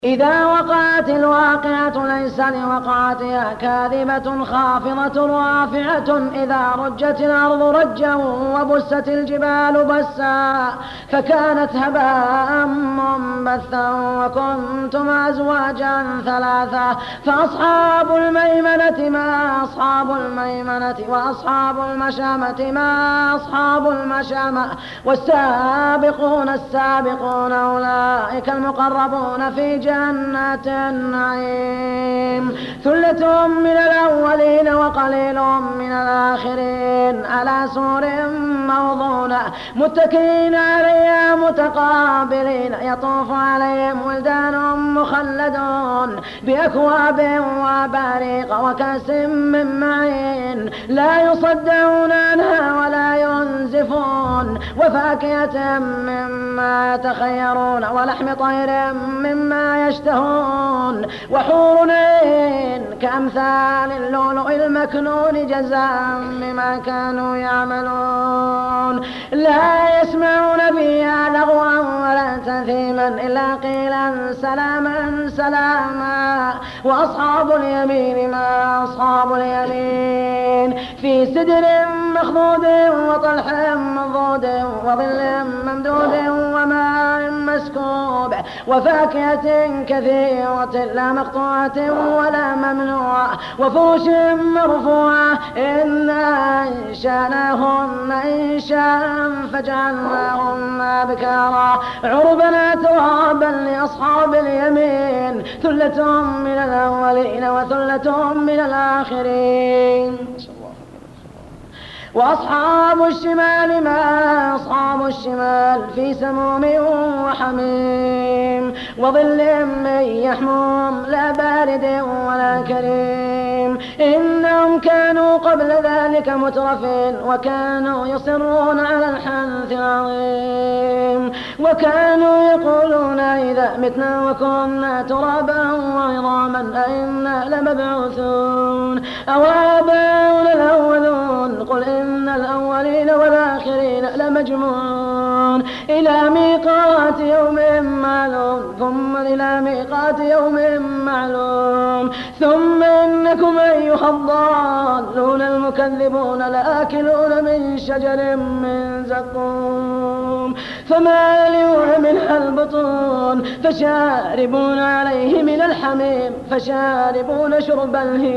إذا وقعت الواقعة ليس لوقعتها كاذبة خافضة رافعة إذا رجت الأرض رجا وبست الجبال بسا فكانت هباء منبثا وكنتم أزواجا ثلاثا فأصحاب الميمنة ما أصحاب الميمنة وأصحاب المشأمة ما أصحاب المشأمة والسابقون السابقون أولئك المقربون في جنات النعيم ثلة من الأولين وقليل من الآخرين على سور موضونة متكئين عليها متقابلين يطوف عليهم ولدان مخلدون بأكواب وأباريق وكأس من معين لا يصدعون عنها ولا ينزفون وفاكهة مما يتخيرون ولحم طير مما يشتهون وحور عين كأمثال اللؤلؤ المكنون جزاء بما كانوا يعملون لا يسمعون فيها لغوا ولا تأثيما إلا قيلا سلاما سلاما وأصحاب اليمين ما أصحاب اليمين في سدر مخضود وطلح منضود وظل ممدود وماء مسكوب وفاكهة كثيرة لا مقطوعة ولا ممنوعة وفرش مرفوعة إنا أنشأناهن إنشاء فجعلناهن أبكارا عربا أترابا لأصحاب اليمين ثلة من الأولين وثلة من الآخرين وأصحاب الشمال ما أصحاب الشمال في سموم وحميم وظل من يحموم لا بارد ولا كريم إنهم كانوا قبل ذلك مترفين وكانوا يصرون على الحنث العظيم وكانوا يقولون إذا متنا وكنا ترابا وعظاما أئنا لمبعوثون أو آباؤنا الأولون قل إن الأولين والآخرين لمجموعون إلى ميقات يوم معلوم ثم إلى ميقات يوم معلوم ثم إنكم أيها الضالون المكذبون لآكلون من شجر من زقوم فمالئون منها البطون فشاربون عليه من الحميم فشاربون شرب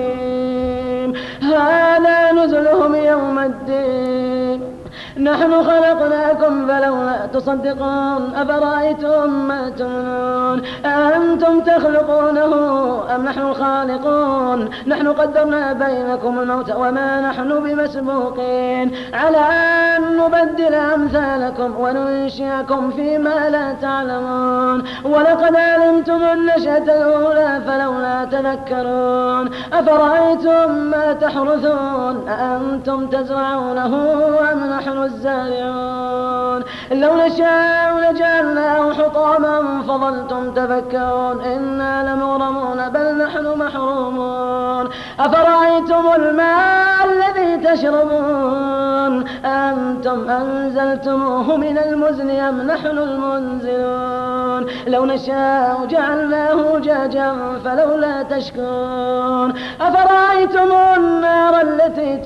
الهيم هذا نزلهم يوم الدين نحن خلقناكم فلولا تصدقون أفرأيتم ما تمنون أأنتم تخلقونه أم نحن الخالقون نحن قدرنا بينكم الموت وما نحن بمسبوقين على أن نبدل أمثالكم وننشئكم فيما لا تعلمون ولقد علمتم النشأة الأولى فلولا تذكرون أفرأيتم ما تحرثون أأنتم تزرعونه أم نحن الزارعون لو نشاء لجعلناه حطاما فظلتم تفكرون إنا لمغرمون بل نحن محرومون أفرأيتم الماء الذي تشربون أنتم أنزلتموه من المزن أم نحن المنزلون لو نشاء جعلناه جاجا فلولا تشكرون أفرأيتم النار التي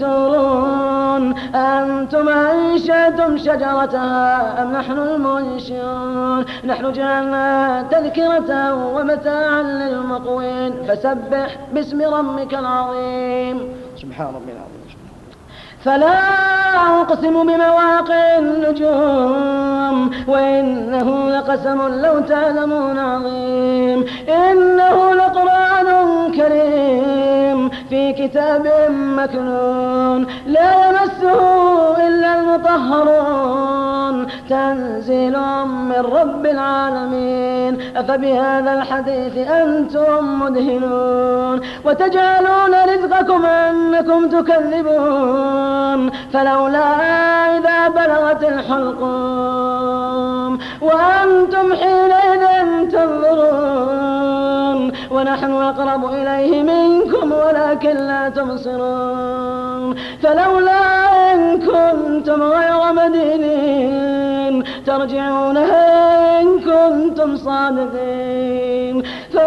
تورون أنتم أنشأتم شجرتها أم نحن المنشئون نحن جعلناها تذكرة ومتاعا للمقوين فسبح باسم ربك العظيم سبحان ربي العظيم فلا أقسم بمواقع النجوم وإنه لقسم لو تعلمون عظيم إنه لقرآن كريم في كتاب مكنون لا يمسه إلا المطهرون تنزيل من رب العالمين أفبهذا الحديث أنتم مدهنون وتجعلون رزقكم أنكم تكذبون فلولا إذا بلغت الحلقوم وأنتم حينئذ تنظرون ونحن أقرب إليه منكم ولكن لا تبصرون فلولا إن كنتم غير مدينين ترجعونها إن كنتم صادقين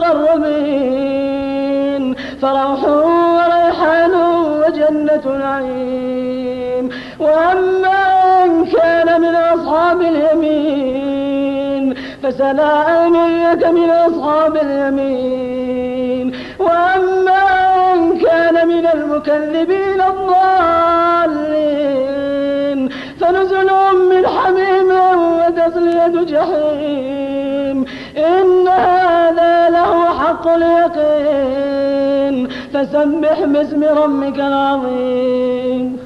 المقربين فروح وريحان وجنة نعيم. وأما إن كان من أصحاب اليمين فسلام لك من أصحاب اليمين. وأما إن كان من المكذبين الضالين فنزل من حميم وتصلية جحيم. إن هذا لهو حق اليقين فسبح باسم ربك العظيم.